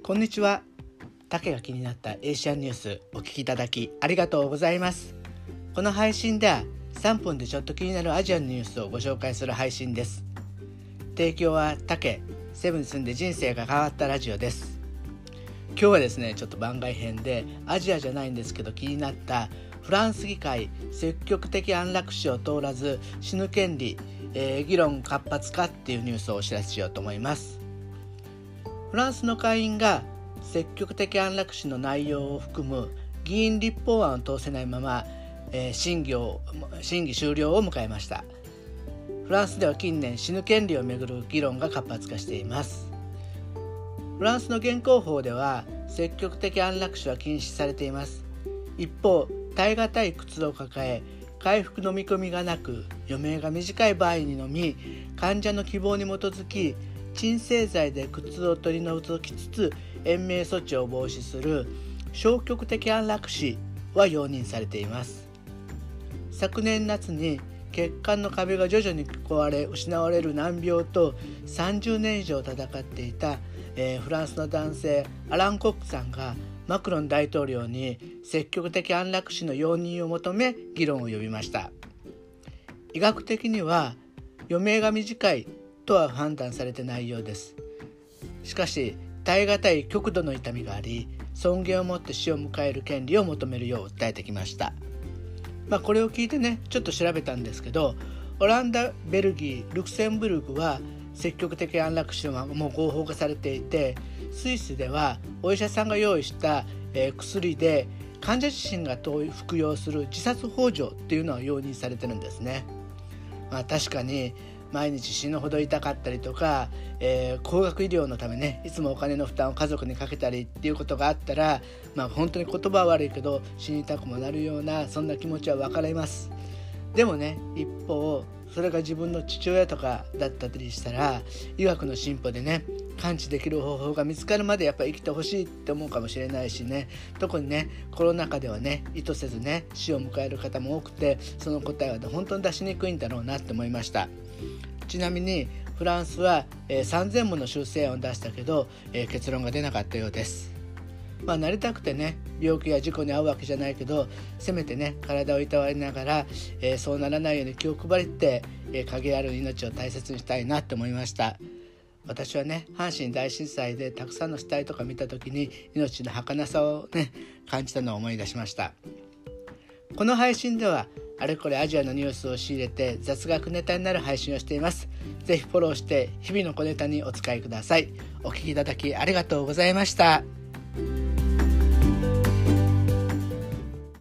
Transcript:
こんにちは。竹が気になったエイシアンニュースお聞きいただきありがとうございます。この配信では3分でちょっと気になるアジアのニュースをご紹介する配信です。提供は竹、セブンに住んで人生が変わったラジオです。今日はですね、ちょっと番外編でアジアじゃないんですけど気になったフランス議会積極的安楽死を通らず死ぬ権利、議論活発化っていうニュースをお知らせしようと思います。フランスの下院が積極的安楽死の内容を含む議員立法案を通せないまま、審議終了を迎えました。フランスでは近年死ぬ権利をめぐる議論が活発化しています。フランスの現行法では積極的安楽死は禁止されています。一方、耐え難い苦痛を抱え回復の見込みがなく余命が短い場合にのみ患者の希望に基づき鎮静剤で苦痛を取り除きつつ延命措置を防止する消極的安楽死は容認されています。昨年夏に血管の壁が徐々に壊れ失われる難病と30年以上戦っていた、フランスの男性アラン・コックさんがマクロン大統領に積極的安楽死の容認を求め議論を呼びました。医学的には余命が短いとは判断されてないようです。しかし耐え難い極度の痛みがあり尊厳を持って死を迎える権利を求めるよう訴えてきました。これを聞いてね、ちょっと調べたんですけど、オランダ、ベルギー、ルクセンブルクは積極的安楽死はもう合法化されていて、スイスではお医者さんが用意した、薬で患者自身が服用する自殺幇助っていうのは容認されてるんですね。確かに毎日死ぬほど痛かったりとか、高額医療のためねいつもお金の負担を家族にかけたりっていうことがあったら、本当に言葉は悪いけど死にたくもなるようなそんな気持ちは分かります。でもね、一方それが自分の父親とかだったりしたら医学の進歩でね完治できる方法が見つかるまでやっぱり生きてほしいって思うかもしれないしね、特にねコロナ禍ではね意図せずね死を迎える方も多くて、その答えは本当に出しにくいんだろうなって思いました。ちなみにフランスは、3000もの修正案を出したけど、結論が出なかったようです。なりたくてね病気や事故に遭うわけじゃないけど、せめてね体をいたわりながら、そうならないように気を配って、限ある命を大切にしたいなって思いました。私はね阪神大震災でたくさんの死体とか見た時に命の儚さをね感じたのを思い出しました。この配信ではあれこれアジアのニュースを仕入れて雑学ネタになる配信をしています。ぜひフォローして日々の小ネタにお使いください。お聞きいただきありがとうございました。